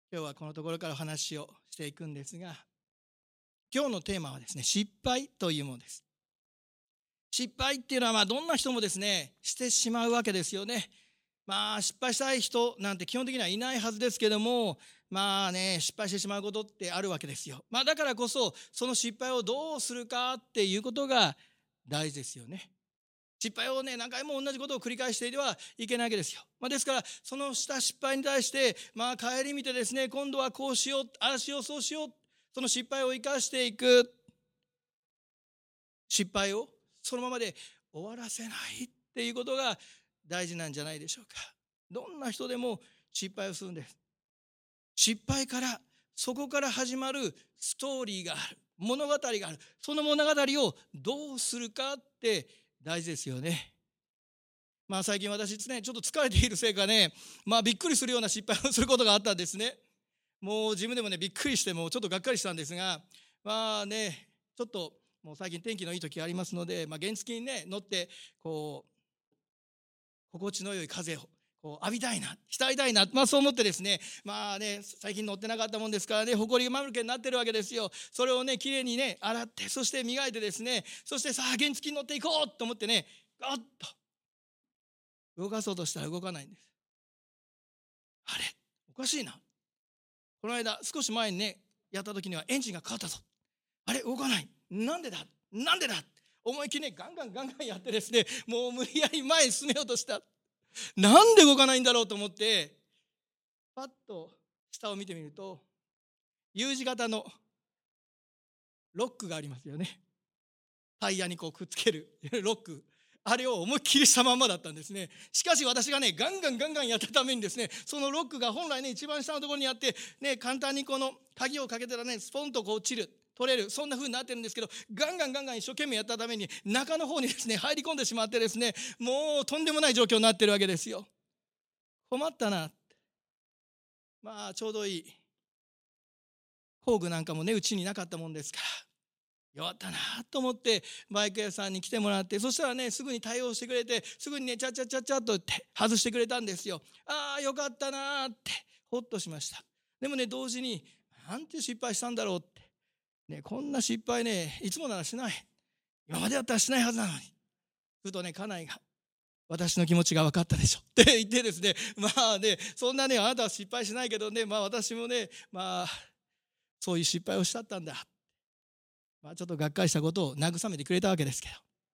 今日はこのところからお話をしていくんですが、今日のテーマはですね、失敗というものです。失敗っていうのはどんな人もですね、してしまうわけですよね。失敗したい人なんて基本的にはいないはずですけども、失敗してしまうことってあるわけですよ。だからこそ、その失敗をどうするかっていうことが大事ですよね。失敗を何回も同じことを繰り返していてはいけないわけですよ。ですから、そのした失敗に対して、顧みてですね、今度はこうしよう、ああしよう、そうしよう、その失敗を生かしていく。失敗をそのままで終わらせないっていうことが大事なんじゃないでしょうか。どんな人でも失敗をするんです。失敗から、そこから始まるストーリーがある。物語がある。その物語をどうするかって大事ですよね。最近私ですね、ちょっと疲れているせいかね、びっくりするような失敗をすることがあったんですね。もう自分でもびっくりして、もうちょっとがっかりしたんですが、ちょっともう最近天気のいい時がありますので、原付にね、乗って、心地の良い風を浴びたいな、浸りたいな、そう思ってですね、最近乗ってなかったもんですからね、埃まみれになってるわけですよ。それをね、きれいにね、洗って、そして磨いてですね、そしてさあ、原付に乗っていこうと思ってね、ガッと動かそうとしたら動かないんです。あれ、おかしいな。この間、少し前にね、やった時にはエンジンがかかったぞ。あれ、動かない。なんでだ思いっきりね、ガンガンやってですね、もう無理やり前に進めようとした。なんで動かないんだろうと思って、パッと下を見てみると、U 字型のロックがありますよね。タイヤにくっつけるロック。あれを思いっきりしたまんまだったんですね。しかし私がね、ガンガンやったためにですね、そのロックが本来ね、一番下のところにあって、ね、簡単にこの鍵をかけたらね、スポンと落ちる。取れる、そんな風になってるんですけど、ガンガン一生懸命やったために中の方にですね、入り込んでしまってですね、もうとんでもない状況になってるわけですよ。困ったな。ちょうどいい工具なんかもね、うちになかったもんですから、弱ったなと思ってバイク屋さんに来てもらって、そしたらね、すぐに対応してくれて、すぐにね、ちゃっとって外してくれたんですよ。よかったなってほっとしました。でもね、同時になんて失敗したんだろうって、ね、こんな失敗ね、いつもならしない、今までだったらしないはずなのに、ふとね、家内が私の気持ちが分かったでしょって言ってですね、そんなね、あなたは失敗しないけどね、私もね、そういう失敗をしちゃったんだ、ちょっとがっかりしたことを慰めてくれたわけですけど、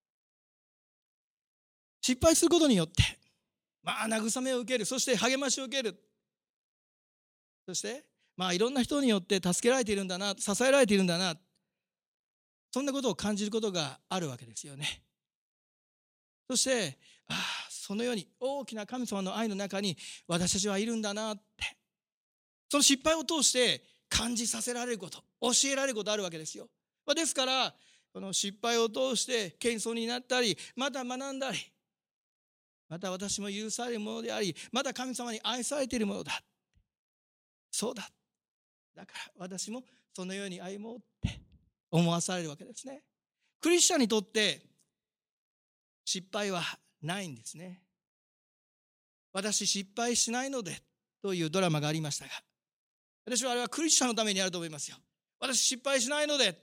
失敗することによって慰めを受ける、そして励ましを受ける、そしていろんな人によって助けられているんだな、支えられているんだな、そんなことを感じることがあるわけですよね。そしてそのように大きな神様の愛の中に私たちはいるんだなって、その失敗を通して感じさせられること、教えられることあるわけですよ。ですからこの失敗を通して謙遜になったり、また学んだり、また私も許されるものであり、また神様に愛されているものだ、そうだ、だから私もそのように歩もうって思わされるわけですね。クリスチャンにとって失敗はないんですね。私失敗しないのでというドラマがありましたが、私はあれはクリスチャンのためにあると思いますよ。私失敗しないので。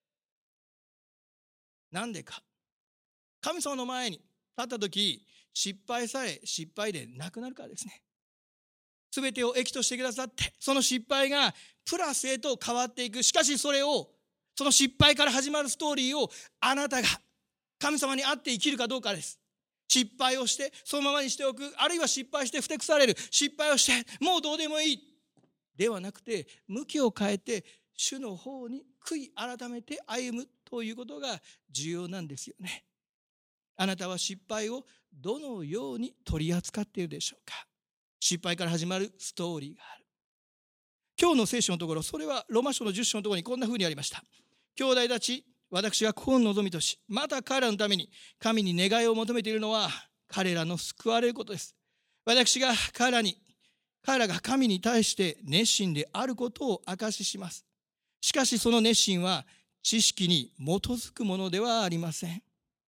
なんでか。神様の前に立った時、失敗さえ失敗でなくなるからですね。すべてを益としてくださって、その失敗がプラスへと変わっていく。しかしそれを、その失敗から始まるストーリーをあなたが神様にあって生きるかどうかです。失敗をしてそのままにしておく、あるいは失敗してふてくされる、失敗をしてもうどうでもいいではなくて、向きを変えて主の方に悔い改めて歩むということが重要なんですよね。あなたは失敗をどのように取り扱っているでしょうか。失敗から始まるストーリーがある。今日の聖書のところ、それはローマ書の10章のところにこんな風にありました。兄弟たち、私が心の望みとし、また彼らのために神に願いを求めているのは、彼らの救われることです。私が彼らが神に対して熱心であることを証しします。しかしその熱心は知識に基づくものではありません。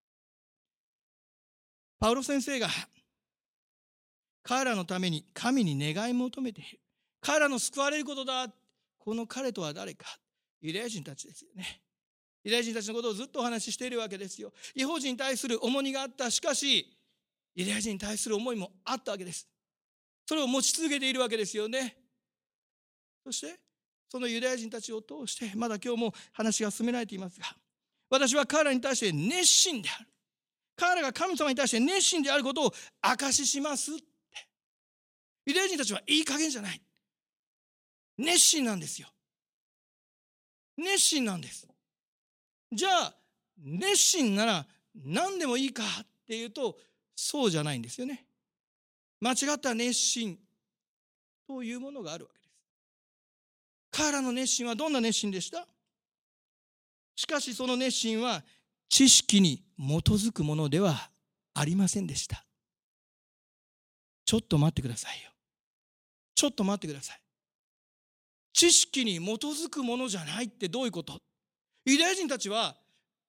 パウロ先生が彼らのために神に願い求めている。 彼らの救われることだ。この彼とは誰か。ユダヤ人たちですよね。ユダヤ人たちのことをずっとお話ししているわけですよ。異邦人に対する重荷があった。しかし、ユダヤ人に対する思いもあったわけです。それを持ち続けているわけですよね。そして、そのユダヤ人たちを通して、まだ今日も話が進められていますが、私は彼らに対して熱心である。彼らが神様に対して熱心であることを証ししますって。ユダヤ人たちはいい加減じゃない。熱心なんですよ。熱心なんです。じゃあ、熱心なら何でもいいかっていうと、そうじゃないんですよね。間違った熱心というものがあるわけです。彼らの熱心はどんな熱心でした？しかしその熱心は知識に基づくものではありませんでした。ちょっと待ってくださいよ。ちょっと待ってください。知識に基づくものじゃないってどういうこと？ユダヤ人たちは、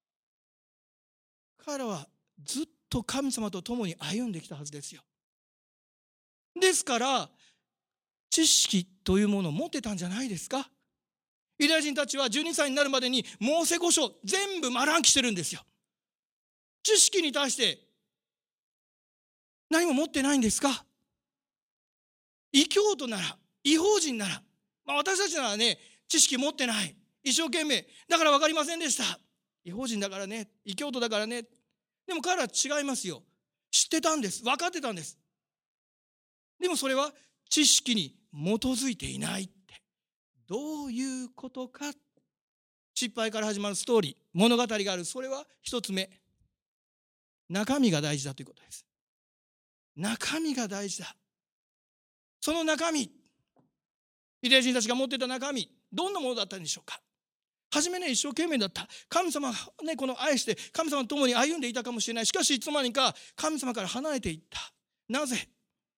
彼らはずっと神様と共に歩んできたはずですよ。ですから、知識というものを持ってたんじゃないですか？ユダヤ人たちは12歳になるまでにモーセ五書全部丸暗記してるんですよ。知識に対して何も持ってないんですか？異教徒なら、異邦人なら、私たちならね、知識持ってない。一生懸命。だから分かりませんでした。異邦人だからね、異教徒だからね。でも彼らは違いますよ。知ってたんです。分かってたんです。でもそれは知識に基づいていないって。どういうことか。失敗から始まるストーリー、物語がある。それは一つ目。中身が大事だということです。中身が大事だ。その中身、ユダヤ人たちが持っていた中身、どんなものだったんでしょうか。はじめね、一生懸命だった。神様がね、この愛して、神様と共に歩んでいたかもしれない。しかし、いつの間にか神様から離れていった。なぜ？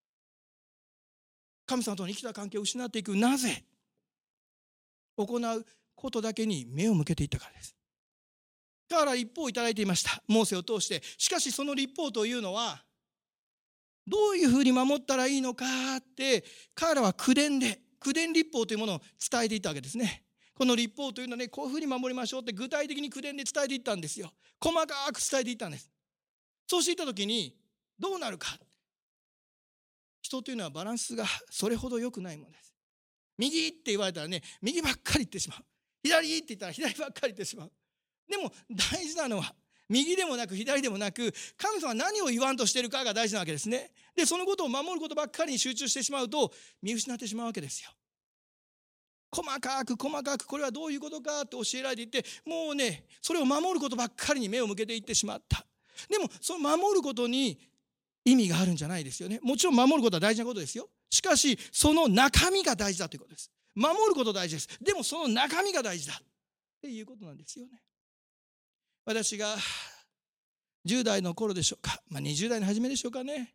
神様との生きた関係を失っていく。なぜ？行うことだけに目を向けていったからです。彼ら一報をいただいていました。モーセを通して。しかし、その立法というのは、どういうふうに守ったらいいのかって、彼らは口伝立法というものを伝えていったわけですね。この立法というのはね、こういうふうに守りましょうって具体的に口伝で伝えていったんですよ。細かく伝えていったんです。そうしていったときにどうなるか。人というのはバランスがそれほど良くないものです。右って言われたらね、右ばっかり言ってしまう。左って言ったら左ばっかり言ってしまう。でも大事なのは、右でもなく左でもなく、神様は何を言わんとしているかが大事なわけですね。で、そのことを守ることばっかりに集中してしまうと見失ってしまうわけですよ。細かくこれはどういうことかと教えられていって、もうね、それを守ることばっかりに目を向けていってしまった。でもその守ることに意味があるんじゃないですよね。もちろん守ることは大事なことですよ。しかしその中身が大事だということです。守ること大事です。でもその中身が大事だっていうことなんですよね。私が10代の頃でしょうか、20代の初めでしょうかね。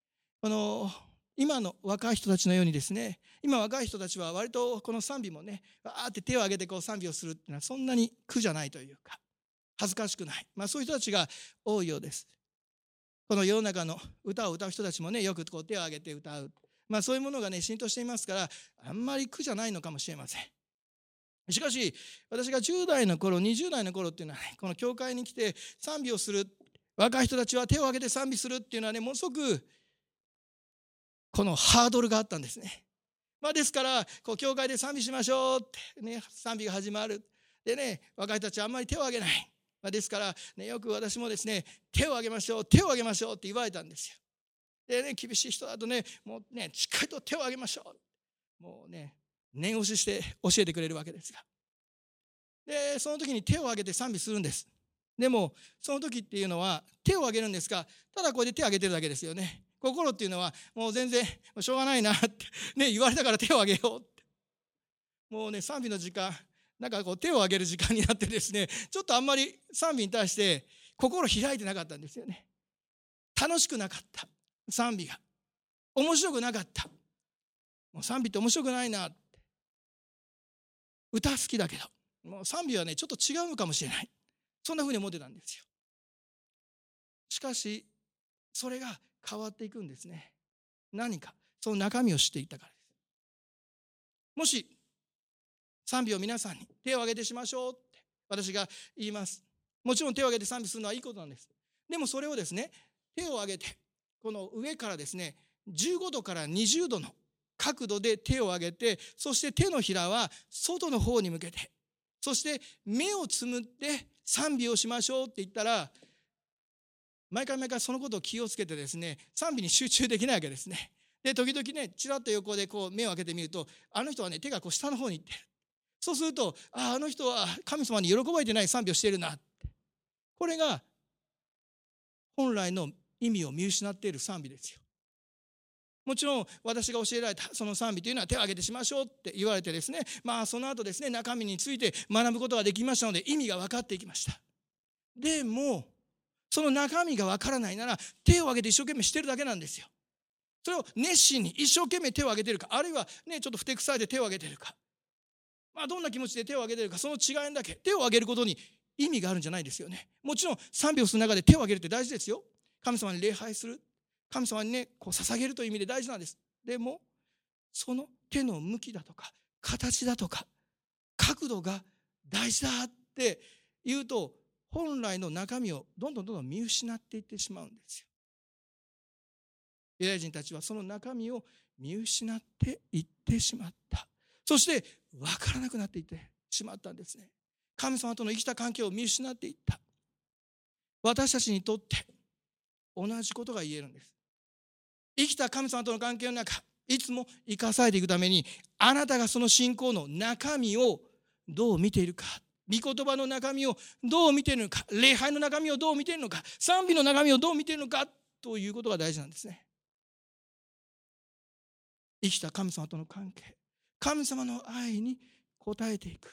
今の若い人たちのようにですね、今若い人たちは割とこの賛美もね、わーって手を挙げてこう賛美をするっていうのはそんなに苦じゃないというか、恥ずかしくない。そういう人たちが多いようです。この世の中の歌を歌う人たちもね、よくこう手を挙げて歌う。そういうものがね、浸透していますから、あんまり苦じゃないのかもしれません。しかし、私が10代の頃、20代の頃っていうのはね、この教会に来て賛美をする。若い人たちは手を挙げて賛美するっていうのはね、ものすごくこのハードルがあったんですね。ですからこう教会で賛美しましょうってね、賛美が始まる。でね、若い人たちはあんまり手を挙げない。ですから、ね、よく私もですね、手を挙げましょうって言われたんですよ。でね、厳しい人だとね、もうね、しっかりと手を挙げましょう。もうね、念押しして教えてくれるわけですが。で、その時に手を挙げて賛美するんです。でも、その時っていうのは手を挙げるんですが、ただこれで手を挙げてるだけですよね。心っていうのはもう全然しょうがないなってね、言われたから手を挙げようって。もうね、賛美の時間、なんかこう手を挙げる時間になってですね、ちょっとあんまり賛美に対して心開いてなかったんですよね。楽しくなかった。賛美が。面白くなかった。もう賛美って面白くないなって。歌好きだけど、もう賛美はね、ちょっと違うのかもしれない。そんな風に思ってたんですよ。しかし、それが変わっていくんですね。何か、その中身を知っていったからです。 もし賛美を皆さんに手を挙げてしましょうって私が言います。もちろん手を挙げて賛美するのはいいことなんです。でもそれをですね、手を挙げてこの上からですね、15度から20度の角度で手を挙げて、そして手のひらは外の方に向けて、そして目をつむって賛美をしましょうって言ったら、毎回そのことを気をつけてですね、賛美に集中できないわけですね。で時々ね、ちらっと横でこう目を開けてみると、あの人はね、手がこう下の方に行ってる。そうすると、あの人は神様に喜ばれてない賛美をしているな。これが本来の意味を見失っている賛美ですよ。もちろん私が教えられたその賛美というのは手を挙げてしましょうって言われてですね、その後ですね、中身について学ぶことができましたので、意味が分かっていきました。でもその中身が分からないなら、手を挙げて一生懸命してるだけなんですよ。それを熱心に一生懸命手を挙げてるか、あるいはね、ちょっとふてくされて手を挙げてるか、どんな気持ちで手を挙げてるか、その違いだけ。手を挙げることに意味があるんじゃないですよね。もちろん賛美をする中で手を挙げるって大事ですよ。神様に礼拝する、神様にね、こう捧げるという意味で大事なんです。でもその手の向きだとか形だとか角度が大事だって言うと、本来の中身をどんどん見失っていってしまうんですよ。ユダヤ人たちはその中身を見失っていってしまった。そして分からなくなっていってしまったんですね。神様との生きた関係を見失っていった。私たちにとって同じことが言えるんです。生きた神様との関係の中、いつも生かされていくために、あなたがその信仰の中身をどう見ているか、御言葉の中身をどう見ているのか、礼拝の中身をどう見ているのか、賛美の中身をどう見ているのかということが大事なんですね。生きた神様との関係、神様の愛に応えていく。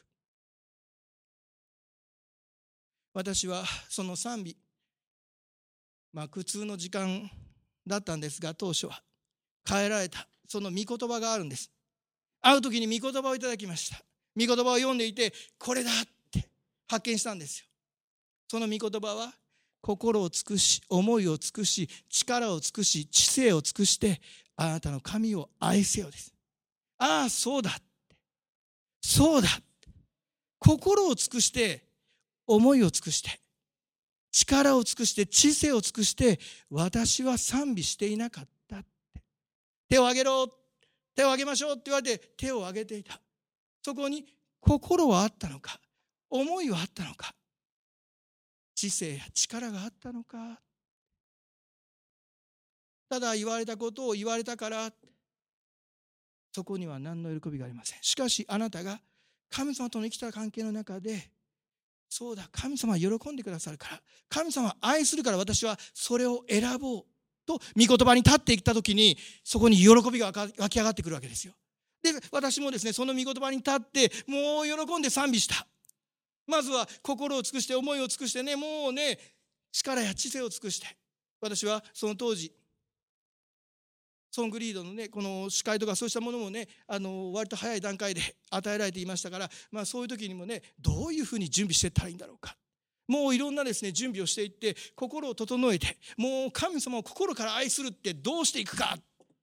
私はその賛美、苦痛の時間だったんですが、当初は変えられたその御言葉があるんです。会う時に御言葉をいただきました。御言葉を読んでいて、これだって発見したんですよ。その御言葉は、心を尽くし、思いを尽くし、力を尽くし、知性を尽くして、あなたの神を愛せよです。ああ、そうだって、そうだって、心を尽くして、思いを尽くして、力を尽くして、知性を尽くして、私は賛美していなかったって。手を挙げろ、手を挙げましょうって言われて手を挙げていた。そこに心はあったのか、思いはあったのか、知性や力があったのか。ただ言われたことを言われたから、そこには何の喜びがありません。しかしあなたが神様との生きた関係の中で、そうだ、神様は喜んでくださるから、神様は愛するから、私はそれを選ぼうと御言葉に立っていったときに、そこに喜びが湧き上がってくるわけですよ。で、私もですね、その御言葉に立ってもう喜んで賛美した。まずは心を尽くして、思いを尽くしてね、もうね、力や知性を尽くして、私はその当時ソングリードのね、この司会とかそうしたものもね、割と早い段階で与えられていましたから、そういう時にもね、どういうふうに準備していったらいいんだろうか。もういろんなですね、準備をしていって、心を整えて、もう神様を心から愛するってどうしていくか。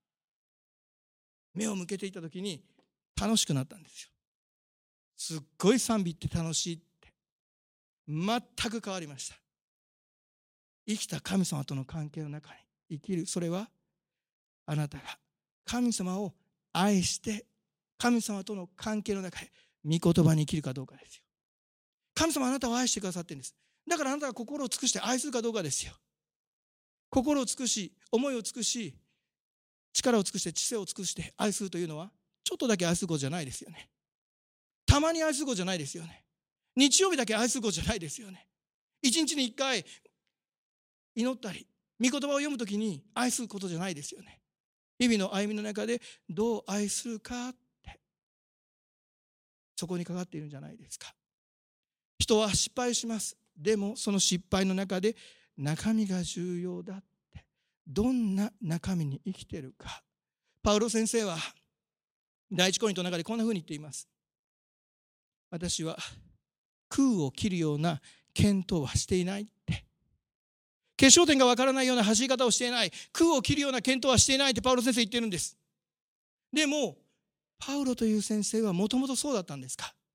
目を向けていた時に楽しくなったんですよ。すっごい賛美って楽しいって。全く変わりました。生きた神様との関係の中に生きる、それはあなたが神様を愛して神様との関係の中で御言葉に生きるかどうかですよ。神様はあなたを愛してくださっているんです。だからあなたが心を尽くして愛するかどうかですよ。心を尽くし、思いを尽くし、力を尽くして、知性を尽くして愛するというのは、ちょっとだけ愛することじゃないですよね。たまに愛することじゃないですよね。日曜日だけ愛することじゃないですよね。一日に一回祈ったり御言葉を読むときに愛することじゃないですよね。日々の歩みの中でどう愛するかって、そこにかかっているんじゃないですか。人は失敗します。でもその失敗の中で中身が重要だって、どんな中身に生きているか。パウロ先生は第一コリントの中でこんなふうに言っています。私は空を切るような検討はしていないって。決勝点がわからないような走り方をしていない、空を切るような検討はしていないってパウロ先生言ってるんです。でもパウロという先生はもともとそうだったんですか？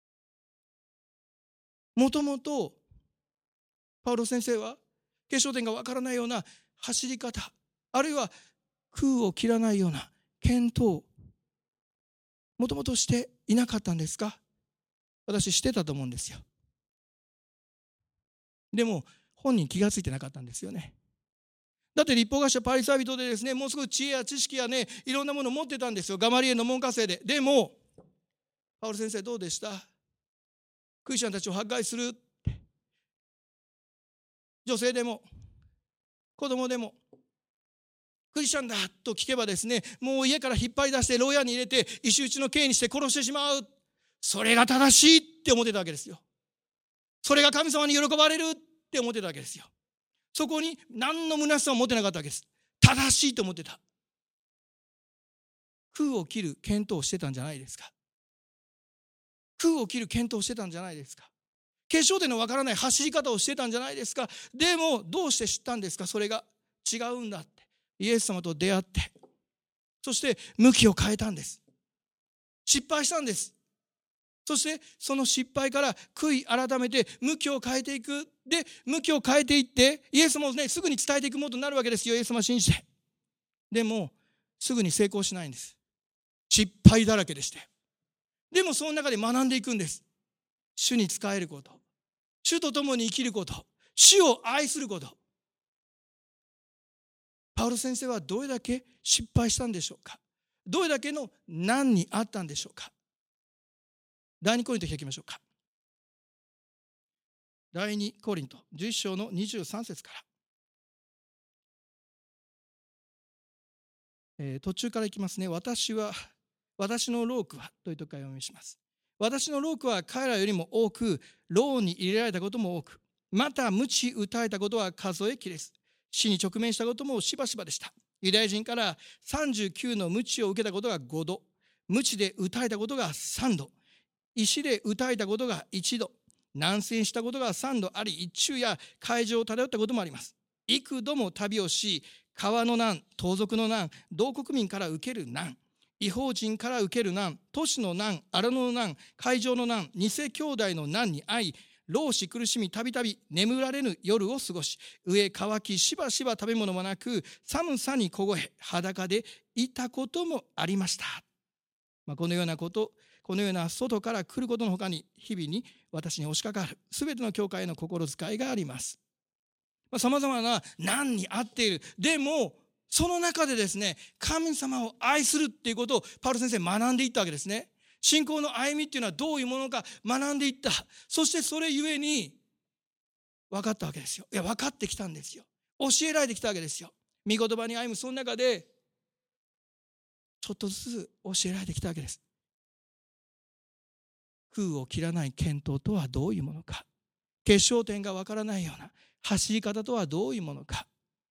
もともとパウロ先生は決勝点がわからないような走り方、あるいは空を切らないような健闘、もともとしていなかったんですか？私してたと思うんですよ。でも本人気がついてなかったんですよね。だって律法学者パリサイ人でですね、もうすぐ知恵や知識やね、いろんなものを持ってたんですよ。ガマリエルの門下生で。でもパウロ先生どうでした？クリスチャンたちを迫害する、女性でも子供でもクリスチャンだと聞けばですね、もう家から引っ張り出して牢屋に入れて石打ちの刑にして殺してしまう、それが正しいって思ってたわけですよ。それが神様に喜ばれるって思ってたわけですよ。そこに何の虚しさを持ってなかったわけです。正しいと思ってた。空を切る検討をしてたんじゃないですか。空を切る検討をしてたんじゃないですか。決勝点のわからない走り方をしてたんじゃないですか。でもどうして知ったんですか？それが違うんだって。イエス様と出会って、そして向きを変えたんです。失敗したんです。そしてその失敗から悔い改めて向きを変えていく。で向きを変えていってイエスもね、すぐに伝えていくものになるわけですよ。イエス様を信じて。でもすぐに成功しないんです。失敗だらけでして。でもその中で学んでいくんです。主に仕えること、主と共に生きること、主を愛すること。パウロ先生はどれだけ失敗したんでしょうか？どれだけの難にあったんでしょうか？第2コリント開きましょうか。第2コリント11章の23節から、途中からいきますね。私の労苦はというところから読みします。私の労苦は彼らよりも多く、牢に入れられたことも多く、また鞭打たれたことは数えきれず、死に直面したこともしばしばでした。ユダヤ人から39の鞭を受けたことが5度、鞭で打たれたことが3度、石で打たれたことが1度、難戦したことが3度あり、一昼夜海上を漂ったこともあります。幾度も旅をし、川の難、盗賊の難、同国民から受ける難、異邦人から受ける難、都市の難、荒野の難、海上の難、偽兄弟の難に遭い、労し苦しみ、たびたび眠られぬ夜を過ごし、飢え渇き、しばしば食べ物もなく、寒さに凍え、裸でいたこともありました。このような外から来ることのほかに、日々に私に押しかかるすべての教会への心遣いがあります。さまざまな難にあっている。でもその中でですね、神様を愛するっていうことをパウロ先生学んでいったわけですね。信仰の歩みっていうのはどういうものか学んでいった。そしてそれゆえに分かったわけですよ。分かってきたんですよ。教えられてきたわけですよ。御言葉に歩むその中でちょっとずつ教えられてきたわけです。空を切らない検討とはどういうものか、決勝点が分からないような走り方とはどういうものか、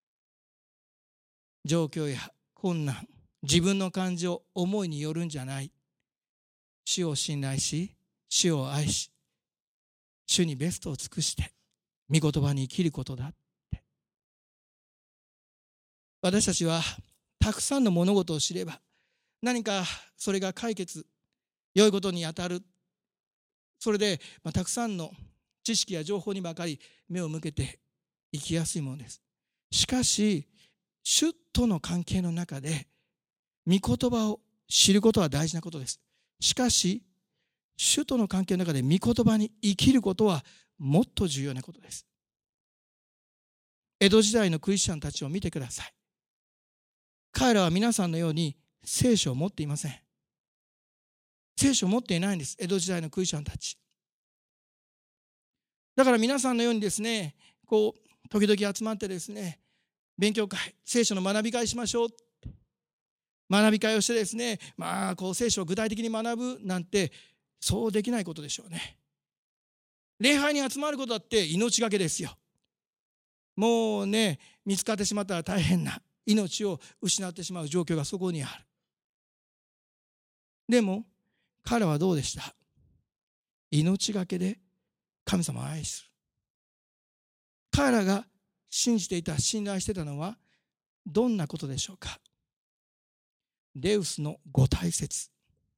状況や困難、自分の感情、思いによるんじゃない。主を信頼し、主を愛し、主にベストを尽くして御言葉に生きることだって。私たちはたくさんの物事を知れば、何かそれが解決、良いことに当たる。それで、たくさんの知識や情報にばかり目を向けて生きやすいものです。しかし主との関係の中で御言葉を知ることは大事なことです。しかし主との関係の中で御言葉に生きることはもっと重要なことです。江戸時代のクリスチャンたちを見てください。彼らは皆さんのように聖書を持っていません。聖書を持っていないんです。江戸時代のクリスチャンたち。だから皆さんのようにですね、時々集まってですね、勉強会、聖書の学び会しましょう。学び会をしてですね、聖書を具体的に学ぶなんてそうできないことでしょうね。礼拝に集まることだって命がけですよ。もうね、見つかってしまったら大変な命を失ってしまう状況がそこにある。でも彼はどうでした？命がけで神様を愛する。彼らが信じていた、信頼していたのはどんなことでしょうか？デウスのご大切、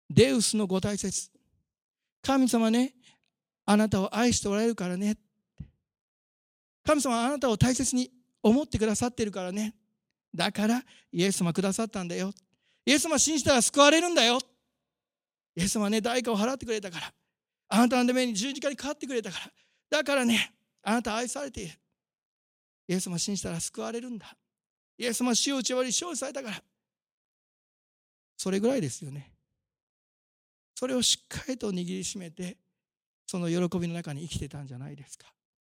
デウスのご大切。神様ね、あなたを愛しておられるからね。神様はあなたを大切に思ってくださっているからね。だからイエス様くださったんだよ。イエス様信じたら救われるんだよ。イエス様はね、代価を払ってくれたから。あなたのために十字架にかかってくれたから。だからね、あなたは愛されている。イエス様信じたら救われるんだ。イエス様は死を打ち破り勝利されたから。それぐらいですよね。それをしっかりと握りしめて、その喜びの中に生きてたんじゃないですか。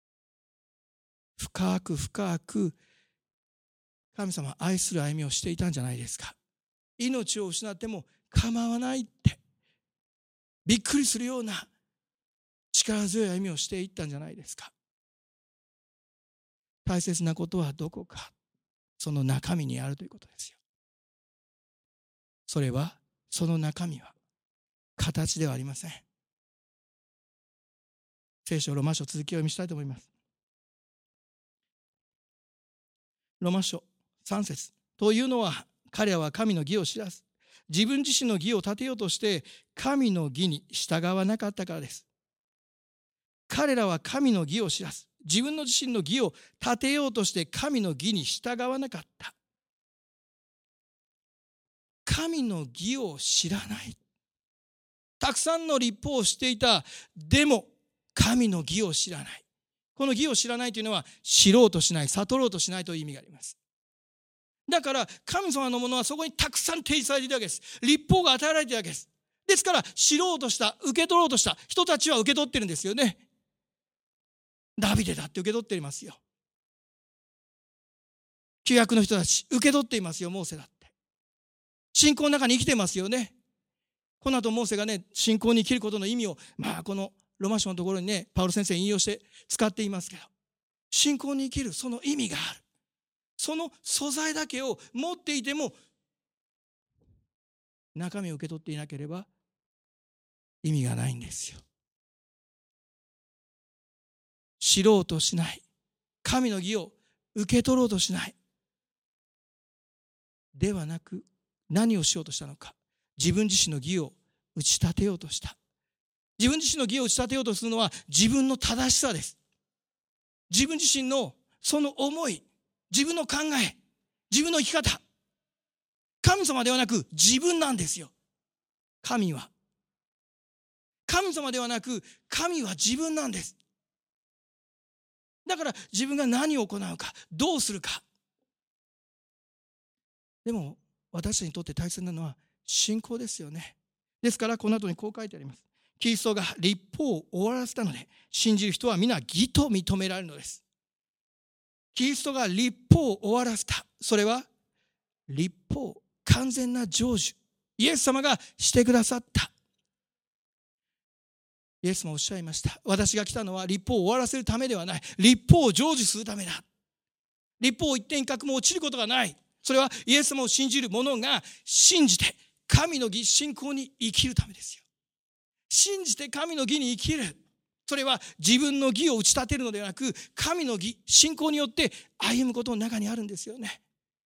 深く深く神様を愛する歩みをしていたんじゃないですか。命を失っても構わないってびっくりするような力強い歩みをしていったんじゃないですか。大切なことはどこか、その中身にあるということですよ。それは、その中身は形ではありません。聖書ローマ書、続きを読みしたいと思います。ローマ書3節というのは、彼らは神の義を知らず、自分自身の義を立てようとして神の義に従わなかったからです。彼らは神の義を知らず、自分の自身の義を立てようとして神の義に従わなかった。神の義を知らない。たくさんの律法をしていた。でも神の義を知らない。この義を知らないというのは、知ろうとしない、悟ろうとしないという意味があります。だから神様のものはそこにたくさん提示されているわけです。律法が与えられているわけです。ですから知ろうとした、受け取ろうとした人たちは受け取ってるんですよね。ダビデだって受け取っていますよ。旧約の人たち受け取っていますよ。モーセだって信仰の中に生きてますよね。この後モーセがね、信仰に生きることの意味をこのローマ書のところにね、パウロ先生引用して使っていますけど、信仰に生きるその意味がある。その素材だけを持っていても中身を受け取っていなければ意味がないんですよ。知ろうとしない、神の義を受け取ろうとしないではなく、何をしようとしたのか。自分自身の義を打ち立てようとした。自分自身の義を打ち立てようとするのは自分の正しさです。自分自身のその思い、自分の考え、自分の生き方、神様ではなく自分なんですよ。神様ではなく神は自分なんです。だから自分が何を行うか、どうするか。でも私たちにとって大切なのは信仰ですよね。ですからこの後にこう書いてあります。キリストが律法を終わらせたので、信じる人は皆義と認められるのです。キリストが律法を終わらせた。それは律法、完全な成就、イエス様がしてくださった。イエスもおっしゃいました。私が来たのは律法を終わらせるためではない。律法を成就するためだ。律法一点一画も落ちることがない。それはイエス様を信じる者が信じて神の義、信仰に生きるためですよ。信じて神の義に生きる。それは自分の義を打ち立てるのではなく、神の義、信仰によって歩むことの中にあるんですよね。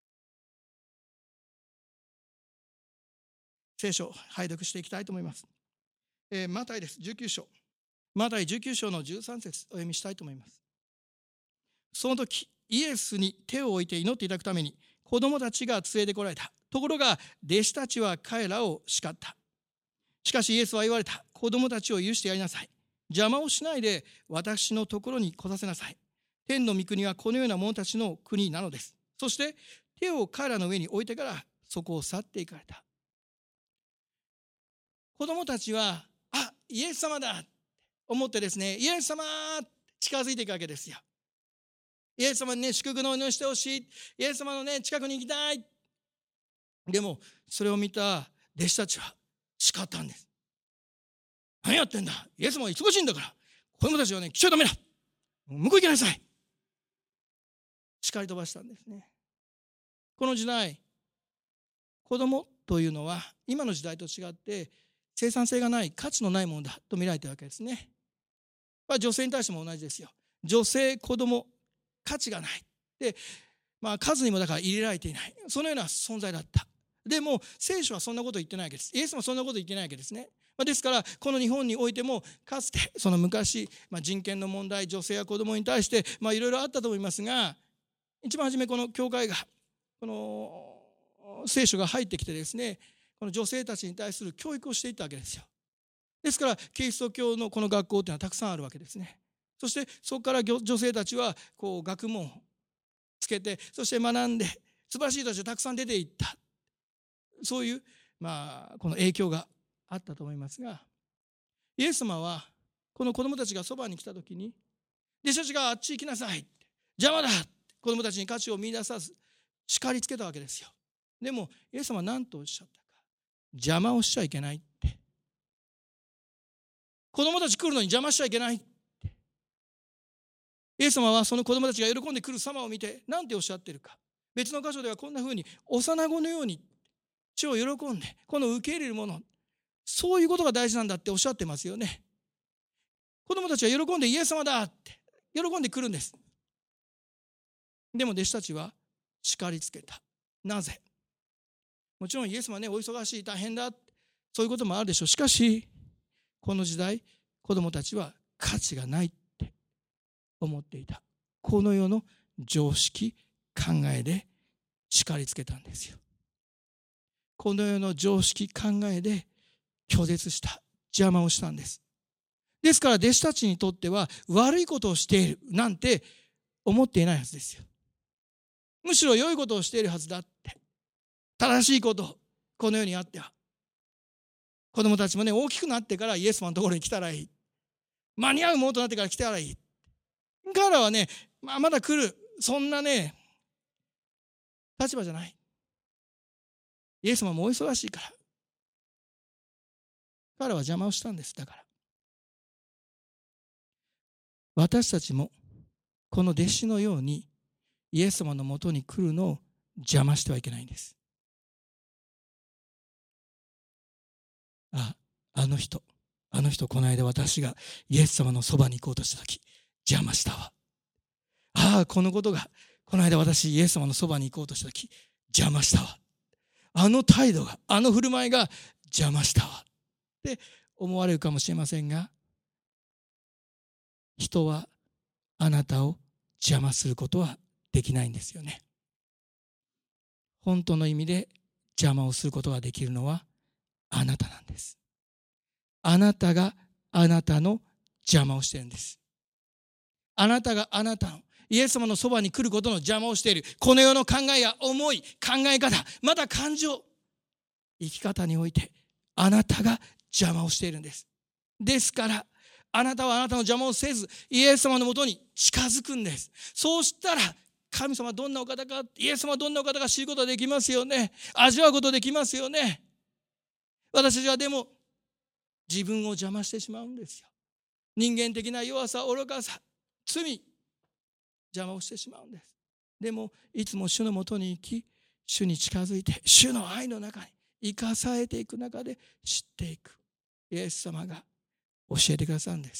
聖書を拝読していきたいと思います。マタイです。19章。マタイ19章の13節お読みしたいと思います。その時、イエスに手を置いて祈っていただくために子供たちが連れてこられた。ところが弟子たちは彼らを叱った。しかしイエスは言われた。子供たちを許してやりなさい。邪魔をしないで私のところに来させなさい。天の御国はこのような者たちの国なのです。そして手を彼らの上に置いてからそこを去っていかれた。子供たちはイエス様だと思ってですね、イエス様近づいていくわけですよ。イエス様にね、祝福のお祈りしてほしい。イエス様のね、近くに行きたい。でもそれを見た弟子たちは叱ったんです。何やってんだ、イエス様は忙しいんだから、子供たちはね、来ちゃダメだ、向こう行きなさい。叱り飛ばしたんですね。この時代、子供というのは今の時代と違って生産性がない、価値のないものだと見られているわけですね。女性に対しても同じですよ。女性、子供、価値がないで、数にもだから入れられていない、そのような存在だった。 でも聖書はそんなこと言ってないわけです。イエスもそんなこと言ってないわけですね。ですからこの日本においてもかつてその昔、人権の問題、女性や子供に対していろいろあったと思いますが、一番初めこの教会がこの聖書が入ってきてですね、この女性たちに対する教育をしていったわけですよ。ですからキリスト教のこの学校というのはたくさんあるわけですね。そしてそこから女性たちはこう学問をつけて、そして学んで素晴らしい人たちがたくさん出ていった、そういうこの影響があったと思いますが、イエス様はこの子供たちがそばに来た時に、弟子たちがあっち行きなさい、邪魔だ、子供たちに価値を見出さず叱りつけたわけですよ。でもイエス様は何とおっしゃったか、邪魔をしちゃいけないって。子供たち来るのに邪魔しちゃいけないって。イエス様はその子供たちが喜んでくる様を見て何ておっしゃっているか。別の箇所ではこんなふうに、幼子のように主を喜んでこの受け入れるもの、そういうことが大事なんだっておっしゃってますよね。子供たちは喜んでイエス様だって喜んでくるんです。でも弟子たちは叱りつけた。なぜ？もちろんイエス様はね、お忙しい、大変だ、そういうこともあるでしょう。しかしこの時代、子供たちは価値がないって思っていた。この世の常識、考えで叱りつけたんですよ。この世の常識、考えで拒絶した、邪魔をしたんです。ですから弟子たちにとっては悪いことをしているなんて思っていないはずですよ。むしろ良いことをしているはずだって、正しいこと、この世にあっては。子供たちもね、大きくなってからイエス様のところに来たらいい、間に合うものとなってから来たらいい。彼らはね、まだ来る、そんなね立場じゃない。イエス様もお忙しいから、彼は邪魔をしたんです。だから私たちもこの弟子のようにイエス様のもとに来るのを邪魔してはいけないんです。あの人この間私がイエス様のそばに行こうとした時邪魔したわ。このことがこの間私イエス様のそばに行こうとした時邪魔したわ。あの態度が、あの振る舞いが邪魔したわって思われるかもしれませんが、人はあなたを邪魔することはできないんですよね。本当の意味で邪魔をすることができるのはあなたなんです。あなたがあなたの邪魔をしているんです。あなたがあなたのイエス様のそばに来ることの邪魔をしている。この世の考えや思い、考え方、また感情、生き方においてあなたが邪魔をしているんです。ですからあなたはあなたの邪魔をせずイエス様のもとに近づくんです。そうしたら神様はどんなお方か、イエス様はどんなお方か知ることができますよね。味わうことができますよね。私たちはでも自分を邪魔してしまうんですよ。人間的な弱さ、愚かさ、罪、邪魔をしてしまうんです。でもいつも主のもとに行き、主に近づいて主の愛の中に生かされていく中で知っていく、イエス様が教えてくださるんです。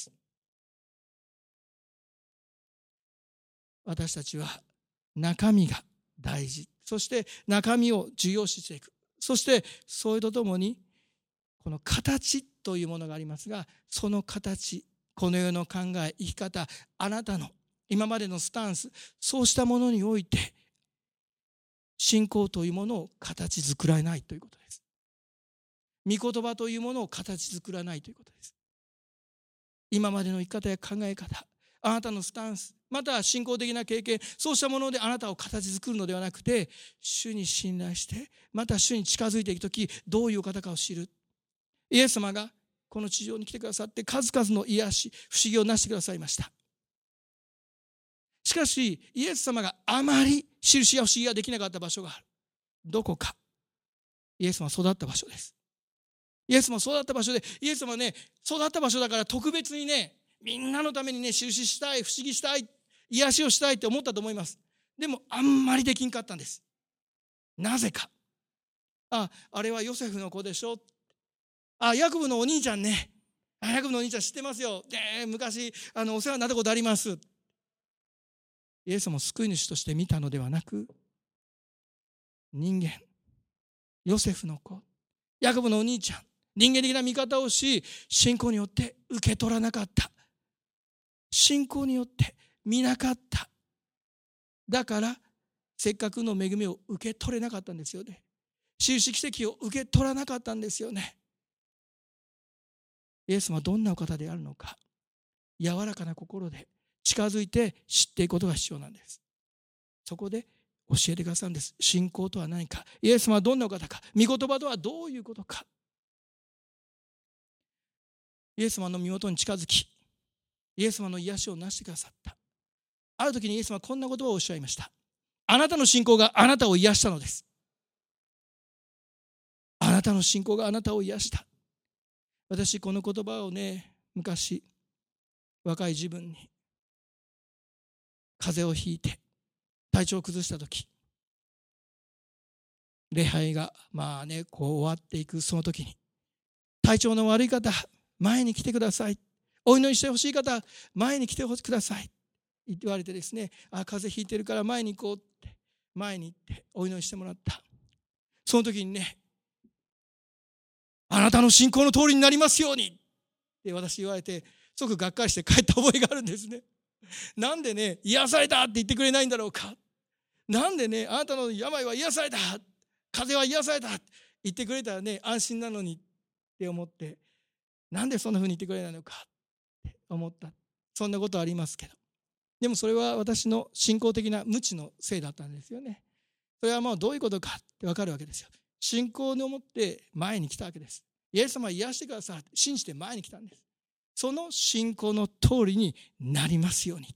私たちは中身が大事、そして中身を重要視していく。そしてそれとともにこの形というものがありますが、その形、この世の考え、生き方、あなたの今までのスタンス、そうしたものにおいて信仰というものを形作らないということです。御言葉というものを形作らないということです。今までの生き方や考え方、あなたのスタンス、また信仰的な経験、そうしたものであなたを形作るのではなくて、主に信頼してまた主に近づいていくとき、どういう方かを知る。イエス様がこの地上に来てくださって数々の癒し、不思議をなしてくださいました。しかしイエス様があまり印や不思議ができなかった場所がある。どこか。イエス様は育った場所です。イエス様は育った場所で、イエス様はね、育った場所だから特別にね、みんなのためにね、印したい、不思議したい、癒しをしたいって思ったと思います。でもあんまりできんかったんです。なぜか。あれはヨセフの子でしょ。ヤコブのお兄ちゃんね。ヤコブのお兄ちゃん知ってますよ。昔お世話になったことあります。イエス様を救い主として見たのではなく、人間、 ヨセフの子、ヤコブのお兄ちゃん、人間的な見方をし、信仰によって受け取らなかった。信仰によって見なかった。だからせっかくの恵みを受け取れなかったんですよね。印奇跡を受け取らなかったんですよね。イエス様はどんなお方であるのか、柔らかな心で近づいて知っていくことが必要なんです。そこで教えてくださるんです。信仰とは何か、イエス様はどんなお方か、御言葉とはどういうことか。イエス様の身元に近づき、イエス様の癒しをなしてくださった。ある時にイエス様はこんな言葉をおっしゃいました。あなたの信仰があなたを癒したのです。あなたの信仰があなたを癒した。私この言葉をね、昔若い自分に風邪をひいて体調を崩した時、礼拝がこう終わっていくその時に、体調の悪い方前に来てください、お祈りしてほしい方前に来てください言われてですね、風邪ひいてるから前に行こうって前に行ってお祈りしてもらった。その時にね、あなたの信仰の通りになりますようにって私言われて、すごくがっかりして帰った覚えがあるんですね。なんでね、癒されたって言ってくれないんだろうか。なんでね、あなたの病は癒された、風邪は癒されたって言ってくれたらね、安心なのにって思って、なんでそんな風に言ってくれないのかって思った。そんなことはありますけど、でもそれは私の信仰的な無知のせいだったんですよね。それはもうどういうことかって分かるわけですよ。信仰に思って前に来たわけです。イエス様は癒してくださいって信じて前に来たんです。その信仰の通りになりますように。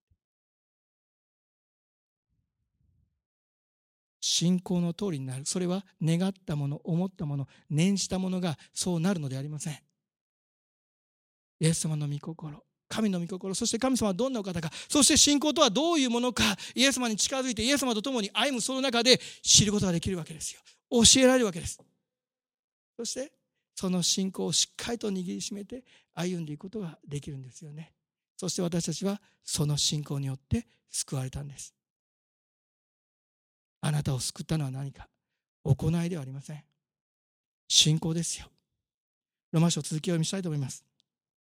信仰の通りになる。それは願ったもの、思ったもの、念じたものがそうなるのではありません。イエス様の御心、神の御心、そして神様はどんなお方か、そして信仰とはどういうものか、イエス様に近づいてイエス様と共に歩むその中で知ることができるわけですよ。教えられるわけです。そしてその信仰をしっかりと握りしめて歩んでいくことができるんですよね。そして私たちはその信仰によって救われたんです。あなたを救ったのは何か、行いではありません。信仰ですよ。ローマ書続きを読みしたいと思います。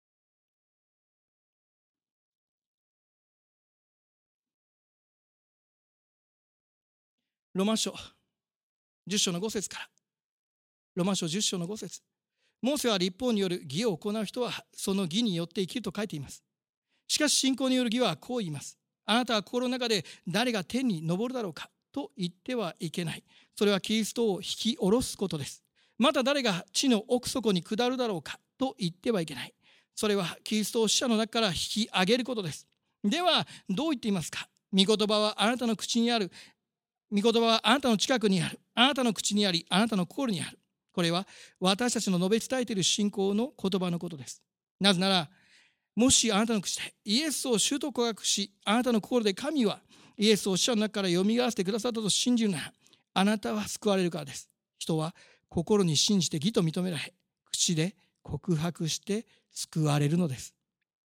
ローマ書10章の5節から。ローマ書10章の5節。モーセは立法による義を行う人はその義によって生きると書いています。しかし信仰による義はこう言います。あなたは心の中で誰が天に昇るだろうかと言ってはいけない。それはキリストを引き下ろすことです。また誰が地の奥底に下るだろうかと言ってはいけない。それはキリストを死者の中から引き上げることです。ではどう言っていますか。御言葉はあなたの口にある。御言葉はあなたの近くにある。あなたの口にあり、あなたの心にある。これは私たちの述べ伝えている信仰の言葉のことです。なぜなら、もしあなたの口でイエスを主と告白し、あなたの心で神はイエスを死者の中からよみがえらせてくださったと信じるなら、あなたは救われるからです。人は心に信じて義と認められ、口で告白して救われるのです。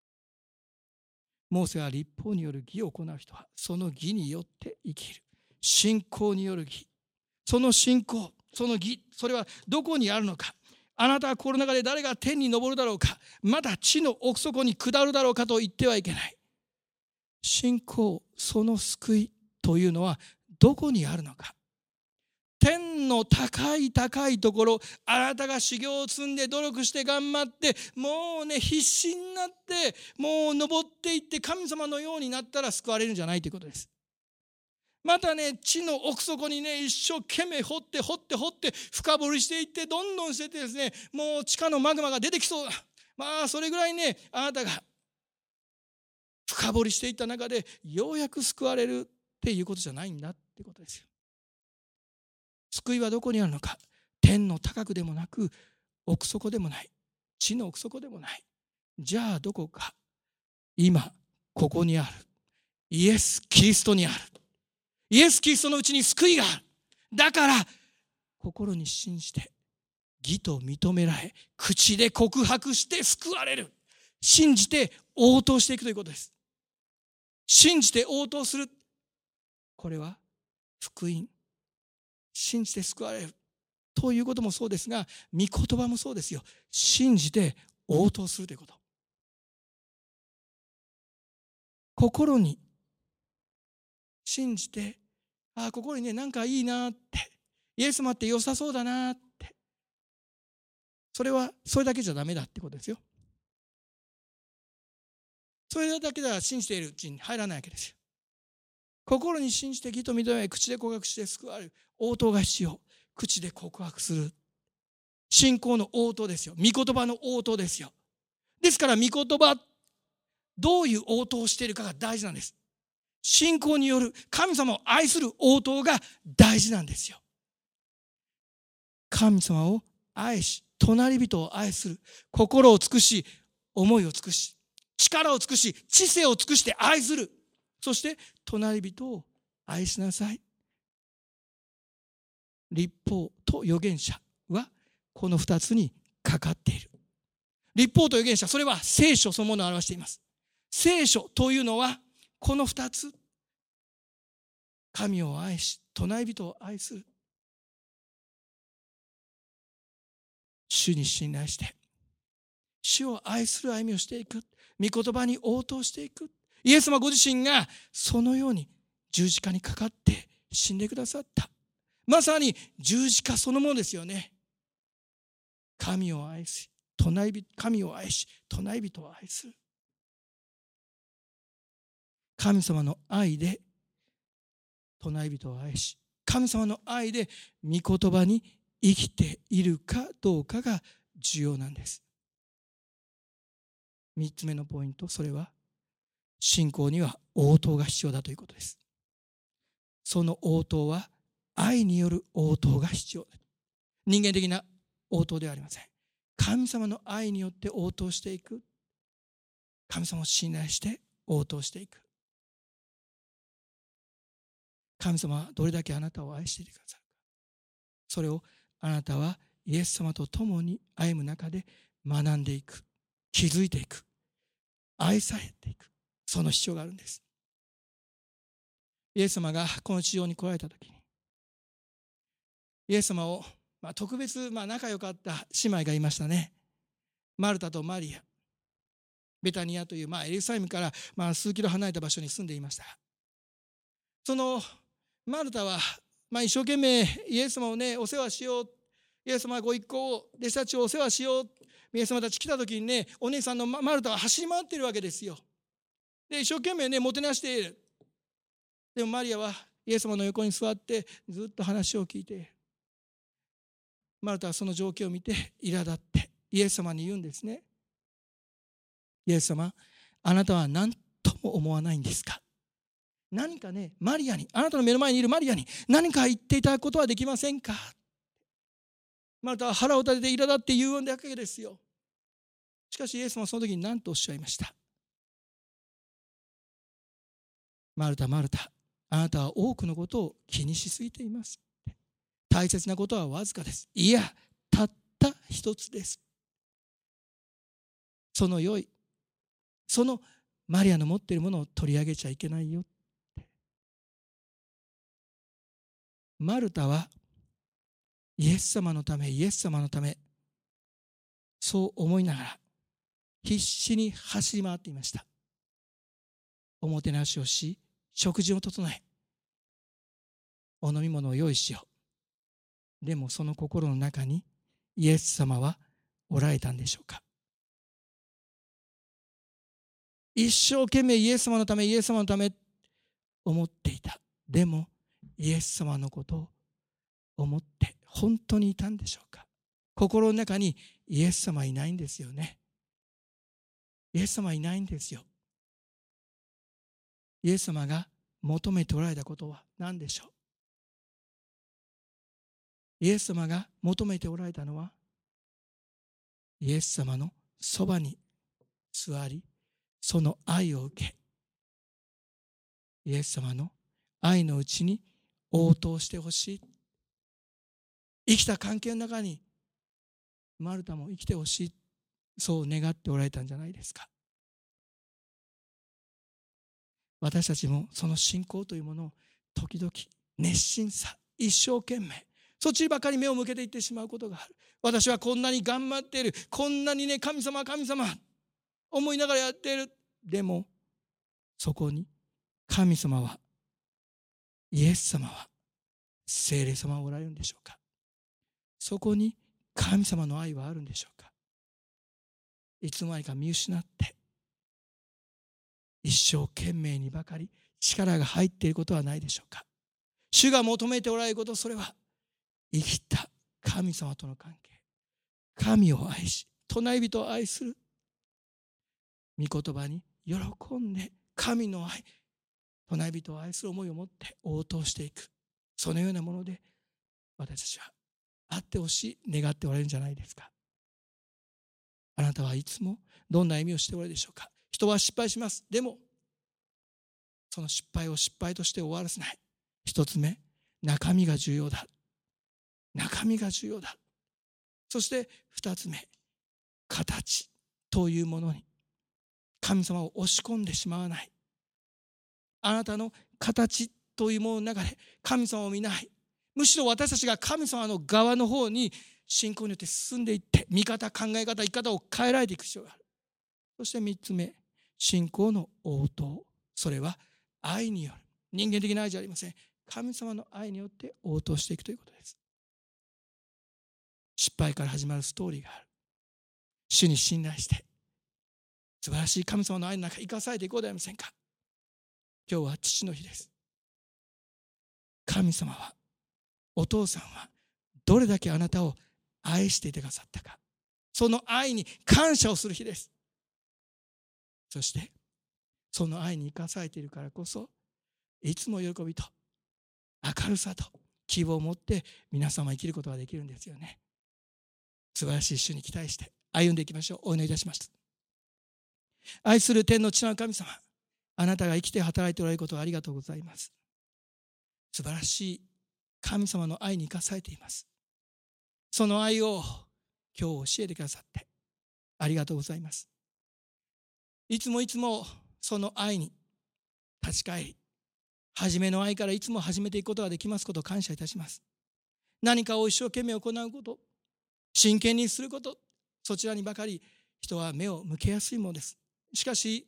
モーセは立法による義を行う人はその義によって生きる。信仰による義、その信仰、その義、それはどこにあるのか。あなたは心の中で誰が天に昇るだろうか、また地の奥底に下るだろうかと言ってはいけない。信仰、その救いというのはどこにあるのか。天の高い高いところ、あなたが修行を積んで努力して頑張って、もうね必死になってもう登っていって神様のようになったら救われるんじゃないということです。またね、地の奥底にね、一生懸命掘って深掘りしていってどんどんしていってですね、もう地下のマグマが出てきそうだ。それぐらいね、あなたが深掘りしていった中でようやく救われるっていうことじゃないんだってことですよ。救いはどこにあるのか。天の高くでもなく奥底でもない、地の奥底でもない。じゃあどこか。今ここにあるイエス・キリストにある。イエス・キリストのうちに救いがある。だから心に信じて義と認められ、口で告白して救われる。信じて応答していくということです。信じて応答する、これは福音。信じて救われる。 ということもそうですが、御言葉もそうですよ。信じて応答するということ。心に信じて、心にね、なんかいいなって、イエス様って良さそうだなって、それだけじゃダメだってことですよ。それだけでは信じているうちに入らないわけですよ。心に信じて義と認め、口で告白して救われる。応答が必要。口で告白する。信仰の応答ですよ。御言葉の応答ですよ。ですから御言葉、どういう応答をしているかが大事なんです。信仰による神様を愛する応答が大事なんですよ。神様を愛し、隣人を愛する。心を尽くし、思いを尽くし、力を尽くし、知性を尽くして愛する。そして隣人を愛しなさい。律法と預言者はこの二つにかかっている。律法と預言者、それは聖書そのものを表しています。聖書というのはこの二つ。神を愛し、隣人を愛する。主に信頼して、主を愛する歩みをしていく。御言葉に応答していく。イエス様ご自身がそのように十字架にかかって死んでくださった。まさに十字架そのものですよね。神を愛し、神を愛し、隣人を愛する。神様の愛で隣人を愛し、神様の愛で御言葉に生きているかどうかが重要なんです。3つ目のポイント、それは信仰には応答が必要だということです。その応答は愛による応答が必要だ。人間的な応答ではありません。神様の愛によって応答していく。神様を信頼して応答していく。神様はどれだけあなたを愛していてくださるか。それをあなたはイエス様と共に歩む中で学んでいく。気づいていく。愛されていく。その必要があるんです。イエス様がこの地上に来られたときに、イエス様を特別仲良かった姉妹がいましたね。マルタとマリア。ベタニアというエルサレムから数キロ離れた場所に住んでいました。そのマルタは一生懸命イエス様をねお世話しよう。イエス様ご一行を弟子たちをお世話しよう。イエス様たち来た時にね、お姉さんのマルタは走り回っているわけですよ。で一生懸命ねもてなしている。でもマリアはイエス様の横に座ってずっと話を聞いている。マルタはその状況を見て苛立ってイエス様に言うんですね。イエス様、あなたは何とも思わないんですか。何かね、マリアに、あなたの目の前にいるマリアに何か言っていただくことはできませんか。マルタは腹を立てて苛立って言うわけですよ。しかしイエス様はその時に何とおっしゃいました。マルタ、マルタ、あなたは多くのことを気にしすぎています。大切なことはわずかです。いや、たった一つです。その良い、そのマリアの持っているものを取り上げちゃいけないよ。マルタはイエス様のため、イエス様のため、そう思いながら必死に走り回っていました。おもてなしをし、食事を整え、お飲み物を用意しよう。でもその心の中にイエス様はおられたんでしょうか。一生懸命イエス様のため、イエス様のため思っていた。でもイエス様のことを思って本当にいたんでしょうか。心の中にイエス様いないんですよね。イエス様いないんですよ。イエス様が求めておられたことは何でしょう。イエス様が求めておられたのは、イエス様のそばに座り、その愛を受け、イエス様の愛のうちに応答してほしい。生きた関係の中にマルタも生きてほしい、そう願っておられたんじゃないですか。私たちもその信仰というものを時々熱心さ、一生懸命そっちばかり目を向けていってしまうことがある。私はこんなに頑張っている。こんなにね、神様、神様、思いながらやっている。でも、そこに神様は、イエス様は、聖霊様はおられるんでしょうか。そこに神様の愛はあるんでしょうか。いつの間にか見失って、一生懸命にばかり力が入っていることはないでしょうか。主が求めておられること、それは生きた神様との関係、神を愛し隣人を愛する、御言葉に喜んで神の愛、隣人を愛する思いを持って応答していく、そのようなもので私たちはあってほしい、願っておられるんじゃないですか。あなたはいつもどんな歩みをしておられるでしょうか。人は失敗します。でもその失敗を失敗として終わらせない。一つ目、中身が重要だ。中身が重要だ。そして二つ目、形というものに神様を押し込んでしまわない。あなたの形というものの中で神様を見ない。むしろ私たちが神様の側の方に信仰によって進んでいって、見方、考え方、生き方を変えられていく必要がある。そして三つ目、信仰の応答。それは愛による。人間的な愛じゃありません。神様の愛によって応答していくということです。失敗から始まるストーリーがある。主に信頼して素晴らしい神様の愛の中に生かされていこうではありませんか。今日は父の日です。神様は、お父さんはどれだけあなたを愛していてくださったか、その愛に感謝をする日です。そしてその愛に生かされているからこそ、いつも喜びと明るさと希望を持って皆様生きることができるんですよね。素晴らしい主に期待して歩んでいきましょう。お祈りいたします。愛する天の父なる神様、あなたが生きて働いておられることをありがとうございます。素晴らしい神様の愛に生かされています。その愛を今日教えてくださってありがとうございます。いつもその愛に立ち返り、初めの愛からいつも始めていくことができますことを感謝いたします。何かを一生懸命行うこと、真剣にすること、そちらにばかり人は目を向けやすいものです。しかし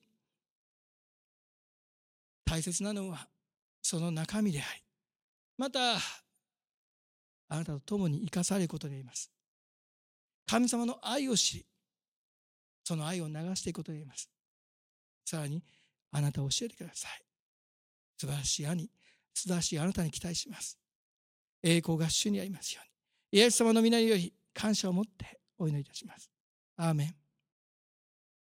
大切なのはその中身であり、またあなたと共に生かされることであります。神様の愛を知り、その愛を流していくことであります。さらにあなたを教えてください。素晴らしい兄、素晴らしいあなたに期待します。栄光が主にありますように。イエス様の皆により感謝を持ってお祈りいたします。アーメン。